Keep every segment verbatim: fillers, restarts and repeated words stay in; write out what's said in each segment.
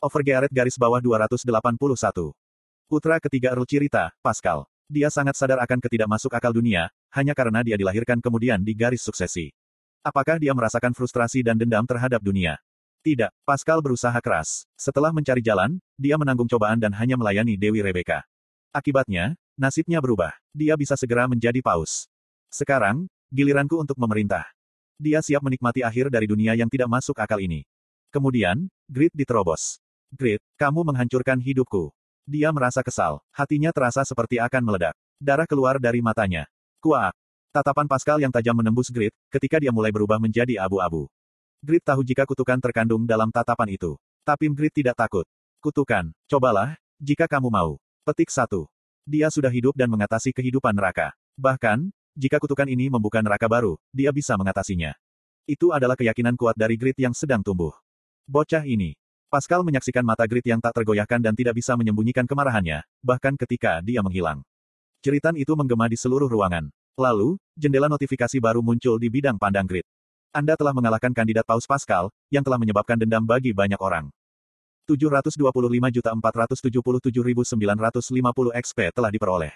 Overgearet garis bawah dua ratus delapan puluh satu. Putra ketiga Earl Chirita, Pascal. Dia sangat sadar akan ketidakmasuk akal dunia, hanya karena dia dilahirkan kemudian di garis suksesi. Apakah dia merasakan frustrasi dan dendam terhadap dunia? Tidak, Pascal berusaha keras. Setelah mencari jalan, dia menanggung cobaan dan hanya melayani Dewi Rebecca. Akibatnya, nasibnya berubah. Dia bisa segera menjadi paus. Sekarang, giliranku untuk memerintah. Dia siap menikmati akhir dari dunia yang tidak masuk akal ini. Kemudian, Grid diterobos. Grid, kamu menghancurkan hidupku. Dia merasa kesal. Hatinya terasa seperti akan meledak. Darah keluar dari matanya. Kuak. Tatapan Pascal yang tajam menembus Grid, ketika dia mulai berubah menjadi abu-abu. Grid tahu jika kutukan terkandung dalam tatapan itu. Tapi Grid tidak takut. Kutukan, cobalah, jika kamu mau. Petik satu. Dia sudah hidup dan mengatasi kehidupan neraka. Bahkan, jika kutukan ini membuka neraka baru, dia bisa mengatasinya. Itu adalah keyakinan kuat dari Grid yang sedang tumbuh. Bocah ini. Pascal menyaksikan mata Grid yang tak tergoyahkan dan tidak bisa menyembunyikan kemarahannya, bahkan ketika dia menghilang. Jeritan itu menggema di seluruh ruangan. Lalu, jendela notifikasi baru muncul di bidang pandang Grid. Anda telah mengalahkan kandidat Paus Pascal, yang telah menyebabkan dendam bagi banyak orang. tujuh ratus dua puluh lima juta empat ratus tujuh puluh tujuh ribu sembilan ratus lima puluh X P telah diperoleh.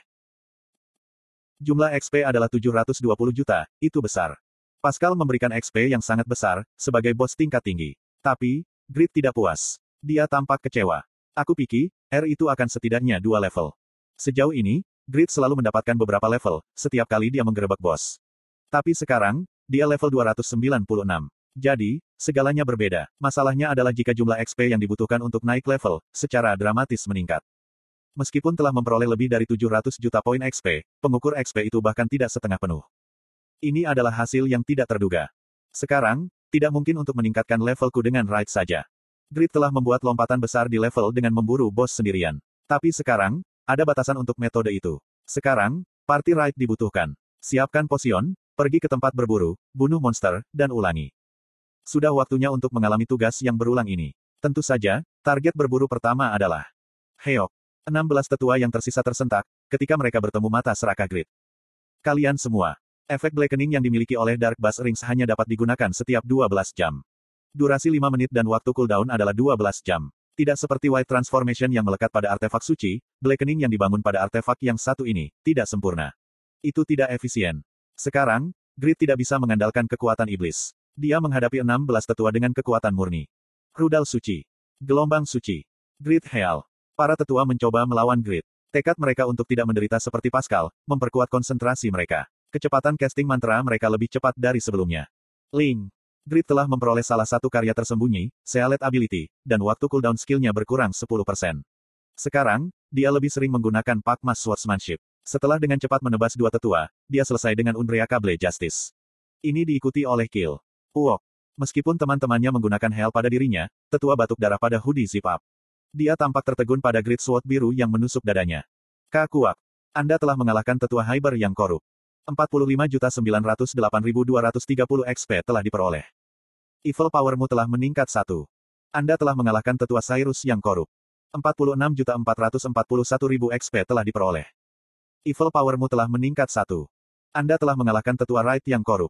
Jumlah X P adalah tujuh ratus dua puluh juta, itu besar. Pascal memberikan X P yang sangat besar, sebagai bos tingkat tinggi. Tapi, Grid tidak puas. Dia tampak kecewa. Aku pikir, R itu akan setidaknya dua level. Sejauh ini, Grid selalu mendapatkan beberapa level, setiap kali dia menggerebek bos. Tapi sekarang, dia level dua ratus sembilan puluh enam. Jadi, segalanya berbeda. Masalahnya adalah jika jumlah X P yang dibutuhkan untuk naik level, secara dramatis meningkat. Meskipun telah memperoleh lebih dari tujuh ratus juta poin X P, pengukur X P itu bahkan tidak setengah penuh. Ini adalah hasil yang tidak terduga. Sekarang, tidak mungkin untuk meningkatkan levelku dengan raid saja. Grid telah membuat lompatan besar di level dengan memburu bos sendirian. Tapi sekarang, ada batasan untuk metode itu. Sekarang, party raid dibutuhkan. Siapkan posion, pergi ke tempat berburu, bunuh monster, dan ulangi. Sudah waktunya untuk mengalami tugas yang berulang ini. Tentu saja, target berburu pertama adalah Heok. enam belas tetua yang tersisa tersentak, ketika mereka bertemu mata serakah Grid. Kalian semua. Efek Blackening yang dimiliki oleh Dark Bass Rings hanya dapat digunakan setiap dua belas jam. Durasi lima menit dan waktu cooldown adalah dua belas jam. Tidak seperti White Transformation yang melekat pada artefak suci, Blackening yang dibangun pada artefak yang satu ini, tidak sempurna. Itu tidak efisien. Sekarang, Grid tidak bisa mengandalkan kekuatan iblis. Dia menghadapi enam belas tetua dengan kekuatan murni. Rudal suci. Gelombang suci. Grid Heal. Para tetua mencoba melawan Grid. Tekad mereka untuk tidak menderita seperti Pascal, memperkuat konsentrasi mereka. Kecepatan casting mantra mereka lebih cepat dari sebelumnya. Ling. Grid telah memperoleh salah satu karya tersembunyi, Sealet Ability, dan waktu cooldown skillnya berkurang sepuluh persen. Sekarang, dia lebih sering menggunakan Pakmas Swordsmanship. Setelah dengan cepat menebas dua tetua, dia selesai dengan Unbreakable Justice. Ini diikuti oleh Kill. Uok. Meskipun teman-temannya menggunakan Hell pada dirinya, tetua batuk darah pada hoodie zip up. Dia tampak tertegun pada Grid Sword biru yang menusuk dadanya. Kakuak. Anda telah mengalahkan tetua Hyber yang korup. empat puluh lima juta sembilan ratus delapan ribu dua ratus tiga puluh X P telah diperoleh. Evil powermu telah meningkat satu. Anda telah mengalahkan tetua Cyrus yang korup. empat puluh enam juta empat ratus empat puluh satu ribu X P telah diperoleh. Evil powermu telah meningkat satu. Anda telah mengalahkan tetua Raid yang korup.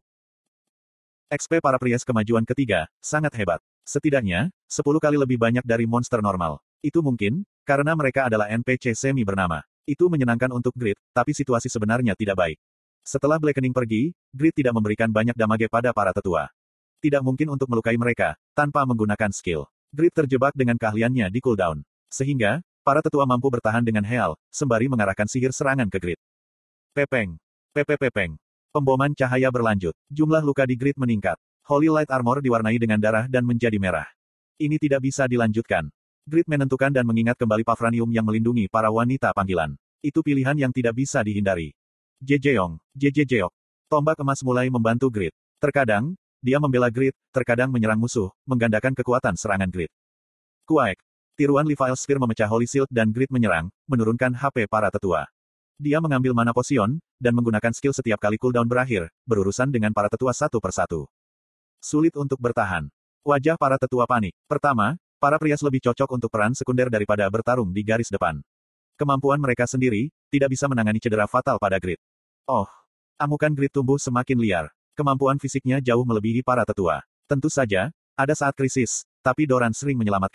X P para Priest kemajuan ketiga, sangat hebat. Setidaknya, sepuluh kali lebih banyak dari monster normal. Itu mungkin, karena mereka adalah N P C semi bernama. Itu menyenangkan untuk Grid, tapi situasi sebenarnya tidak baik. Setelah Blackening pergi, Grid tidak memberikan banyak damage pada para tetua. Tidak mungkin untuk melukai mereka, tanpa menggunakan skill. Grid terjebak dengan keahliannya di cooldown. Sehingga, para tetua mampu bertahan dengan Heal, sembari mengarahkan sihir serangan ke Grid. Pepeng. Pepe pepeng. Pemboman cahaya berlanjut. Jumlah luka di Grid meningkat. Holy Light Armor diwarnai dengan darah dan menjadi merah. Ini tidak bisa dilanjutkan. Grid menentukan dan mengingat kembali Pavranium yang melindungi para wanita panggilan. Itu pilihan yang tidak bisa dihindari. Jejeong, Jejejeok. Tombak emas mulai membantu Grid. Terkadang, dia membela Grid, terkadang menyerang musuh, menggandakan kekuatan serangan Grid. Kuaek. Tiruan Levi'el Sphere memecah Holy Shield dan Grid menyerang, menurunkan H P para tetua. Dia mengambil mana potion, dan menggunakan skill setiap kali cooldown berakhir, berurusan dengan para tetua satu persatu. Sulit untuk bertahan. Wajah para tetua panik. Pertama, para Priest lebih cocok untuk peran sekunder daripada bertarung di garis depan. Kemampuan mereka sendiri, tidak bisa menangani cedera fatal pada Grid. Oh. Amukan Grid tumbuh semakin liar. Kemampuan fisiknya jauh melebihi para tetua. Tentu saja, ada saat krisis, tapi Doran sering menyelamatkannya.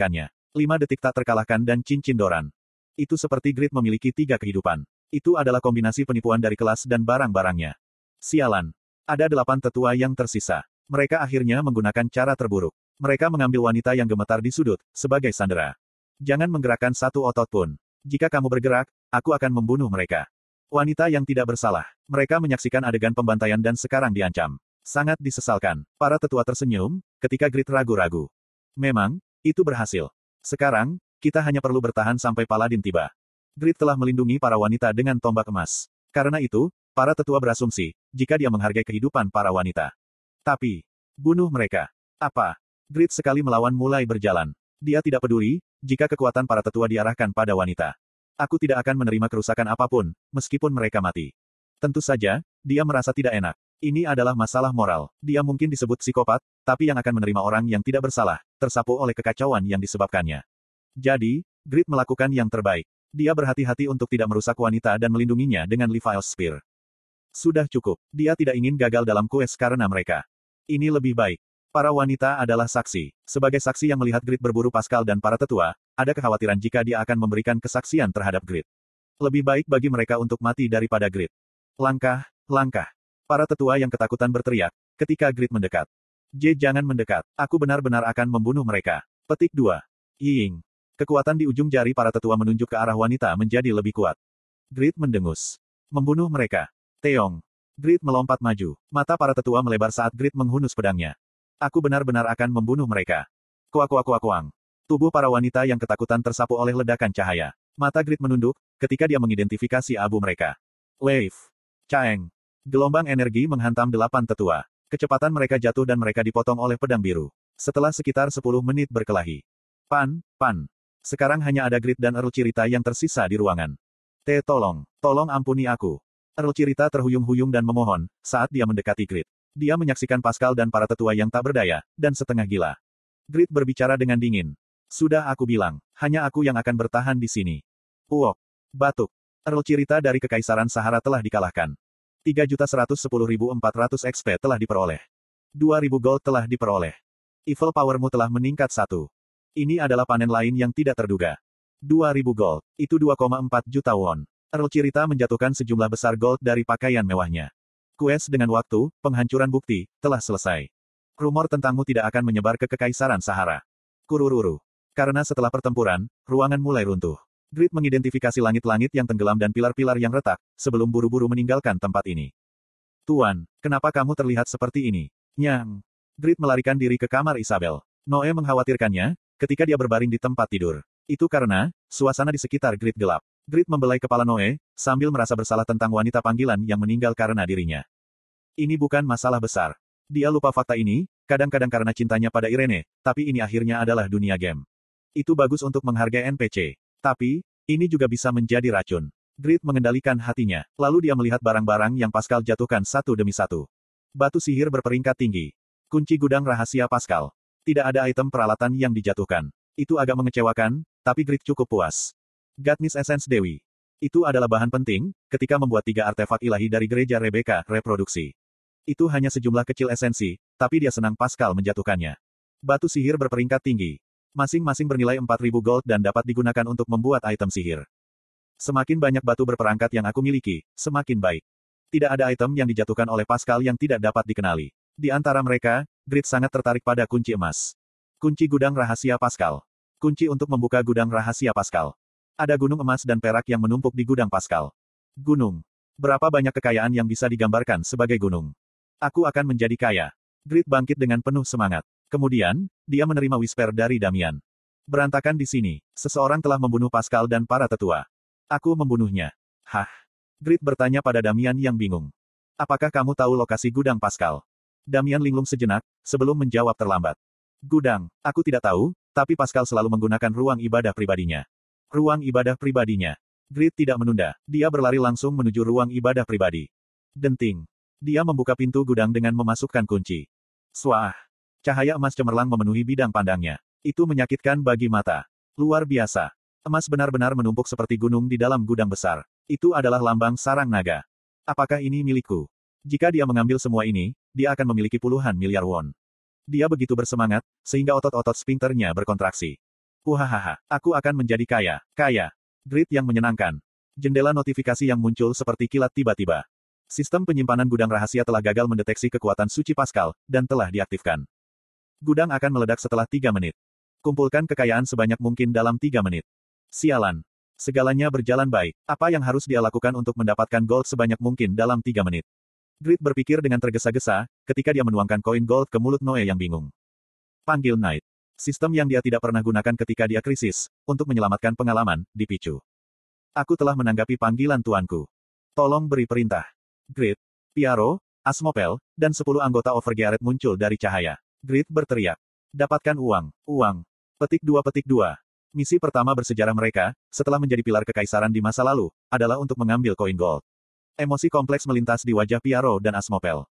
Lima detik tak terkalahkan dan cincin Doran. Itu seperti Grid memiliki tiga kehidupan. Itu adalah kombinasi penipuan dari kelas dan barang-barangnya. Sialan. Ada delapan tetua yang tersisa. Mereka akhirnya menggunakan cara terburuk. Mereka mengambil wanita yang gemetar di sudut, sebagai sandera. Jangan menggerakkan satu otot pun. Jika kamu bergerak, aku akan membunuh mereka. Wanita yang tidak bersalah. Mereka menyaksikan adegan pembantaian dan sekarang diancam. Sangat disesalkan. Para tetua tersenyum, ketika Grid ragu-ragu. Memang, itu berhasil. Sekarang, kita hanya perlu bertahan sampai Paladin tiba. Grid telah melindungi para wanita dengan tombak emas. Karena itu, para tetua berasumsi, jika dia menghargai kehidupan para wanita. Tapi, bunuh mereka. Apa? Grid sekali melawan mulai berjalan. Dia tidak peduli, jika kekuatan para tetua diarahkan pada wanita. Aku tidak akan menerima kerusakan apapun, meskipun mereka mati. Tentu saja, dia merasa tidak enak. Ini adalah masalah moral. Dia mungkin disebut psikopat, tapi yang akan menerima orang yang tidak bersalah, tersapu oleh kekacauan yang disebabkannya. Jadi, Grid melakukan yang terbaik. Dia berhati-hati untuk tidak merusak wanita dan melindunginya dengan Levi's Spear. Sudah cukup. Dia tidak ingin gagal dalam quest karena mereka. Ini lebih baik. Para wanita adalah saksi. Sebagai saksi yang melihat Grid berburu Pascal dan para tetua, ada kekhawatiran jika dia akan memberikan kesaksian terhadap Grid. Lebih baik bagi mereka untuk mati daripada Grid. Langkah, langkah. Para tetua yang ketakutan berteriak, ketika Grid mendekat. J jangan mendekat. Aku benar-benar akan membunuh mereka. Petik dua. Ying. Kekuatan di ujung jari para tetua menunjuk ke arah wanita menjadi lebih kuat. Grid mendengus. Membunuh mereka. Teong. Grid melompat maju. Mata para tetua melebar saat Grid menghunus pedangnya. Aku benar-benar akan membunuh mereka. Kuak-kuak-kuak-kuang. Tubuh para wanita yang ketakutan tersapu oleh ledakan cahaya. Mata Grid menunduk, ketika dia mengidentifikasi abu mereka. Wave. Caeng. Gelombang energi menghantam delapan tetua. Kecepatan mereka jatuh dan mereka dipotong oleh pedang biru. Setelah sekitar sepuluh menit berkelahi. Pan, pan. Sekarang hanya ada Grid dan Earl Cirita yang tersisa di ruangan. T tolong, tolong ampuni aku. Earl Cirita terhuyung-huyung dan memohon, saat dia mendekati Grid. Dia menyaksikan Pascal dan para tetua yang tak berdaya, dan setengah gila. Grid berbicara dengan dingin. Sudah aku bilang, hanya aku yang akan bertahan di sini. Uok. Batuk. Earl Cirita dari Kekaisaran Sahara telah dikalahkan. tiga juta seratus sepuluh ribu empat ratus X P telah diperoleh. dua ribu gold telah diperoleh. Evil powermu telah meningkat satu. Ini adalah panen lain yang tidak terduga. dua ribu gold. Itu dua koma empat juta won. Earl Cirita menjatuhkan sejumlah besar gold dari pakaian mewahnya. Quest dengan waktu, penghancuran bukti, telah selesai. Rumor tentangmu tidak akan menyebar ke Kekaisaran Sahara. Kurururu. Karena setelah pertempuran, ruangan mulai runtuh. Grid mengidentifikasi langit-langit yang tenggelam dan pilar-pilar yang retak, sebelum buru-buru meninggalkan tempat ini. Tuan, kenapa kamu terlihat seperti ini? Nyang. Grid melarikan diri ke kamar Isabel. Noe mengkhawatirkannya, ketika dia berbaring di tempat tidur. Itu karena, suasana di sekitar Grid gelap. Grid membelai kepala Noe, sambil merasa bersalah tentang wanita panggilan yang meninggal karena dirinya. Ini bukan masalah besar. Dia lupa fakta ini, kadang-kadang karena cintanya pada Irene, tapi ini akhirnya adalah dunia game. Itu bagus untuk menghargai N P C. Tapi, ini juga bisa menjadi racun. Grid mengendalikan hatinya, lalu dia melihat barang-barang yang Pascal jatuhkan satu demi satu. Batu sihir berperingkat tinggi. Kunci gudang rahasia Pascal. Tidak ada item peralatan yang dijatuhkan. Itu agak mengecewakan, tapi Grid cukup puas. Godness Essence Dewi. Itu adalah bahan penting, ketika membuat tiga artefak ilahi dari gereja Rebecca, reproduksi. Itu hanya sejumlah kecil esensi, tapi dia senang Pascal menjatuhkannya. Batu sihir berperingkat tinggi. Masing-masing bernilai empat ribu gold dan dapat digunakan untuk membuat item sihir. Semakin banyak batu berperangkat yang aku miliki, semakin baik. Tidak ada item yang dijatuhkan oleh Pascal yang tidak dapat dikenali. Di antara mereka, Grid sangat tertarik pada kunci emas. Kunci gudang rahasia Pascal. Kunci untuk membuka gudang rahasia Pascal. Ada gunung emas dan perak yang menumpuk di gudang Pascal. Gunung. Berapa banyak kekayaan yang bisa digambarkan sebagai gunung? Aku akan menjadi kaya. Grid bangkit dengan penuh semangat. Kemudian, dia menerima whisper dari Damian. Berantakan di sini. Seseorang telah membunuh Pascal dan para tetua. Aku membunuhnya. Hah? Grid bertanya pada Damian yang bingung. Apakah kamu tahu lokasi gudang Pascal? Damian linglung sejenak, sebelum menjawab terlambat. Gudang. Aku tidak tahu, tapi Pascal selalu menggunakan ruang ibadah pribadinya. Ruang ibadah pribadinya. Grid tidak menunda. Dia berlari langsung menuju ruang ibadah pribadi. Denting. Dia membuka pintu gudang dengan memasukkan kunci. Swah. Cahaya emas cemerlang memenuhi bidang pandangnya. Itu menyakitkan bagi mata. Luar biasa. Emas benar-benar menumpuk seperti gunung di dalam gudang besar. Itu adalah lambang sarang naga. Apakah ini milikku? Jika dia mengambil semua ini, dia akan memiliki puluhan miliar won. Dia begitu bersemangat, sehingga otot-otot sphinkternya berkontraksi. Uhahaha, aku akan menjadi kaya, kaya. Grid yang menyenangkan. Jendela notifikasi yang muncul seperti kilat tiba-tiba. Sistem penyimpanan gudang rahasia telah gagal mendeteksi kekuatan suci Pascal, dan telah diaktifkan. Gudang akan meledak setelah tiga menit. Kumpulkan kekayaan sebanyak mungkin dalam tiga menit. Sialan. Segalanya berjalan baik. Apa yang harus dia lakukan untuk mendapatkan gold sebanyak mungkin dalam tiga menit? Grid berpikir dengan tergesa-gesa, ketika dia menuangkan koin gold ke mulut Noe yang bingung. Panggil Knight. Sistem yang dia tidak pernah gunakan ketika dia krisis, untuk menyelamatkan pengalaman, dipicu. Aku telah menanggapi panggilan tuanku. Tolong beri perintah. Grid, Piaro, Asmopel, dan sepuluh anggota Overgearet muncul dari cahaya. Grid berteriak. Dapatkan uang, uang. Petik dua petik dua. Misi pertama bersejarah mereka, setelah menjadi pilar kekaisaran di masa lalu, adalah untuk mengambil koin gold. Emosi kompleks melintas di wajah Piaro dan Asmopel.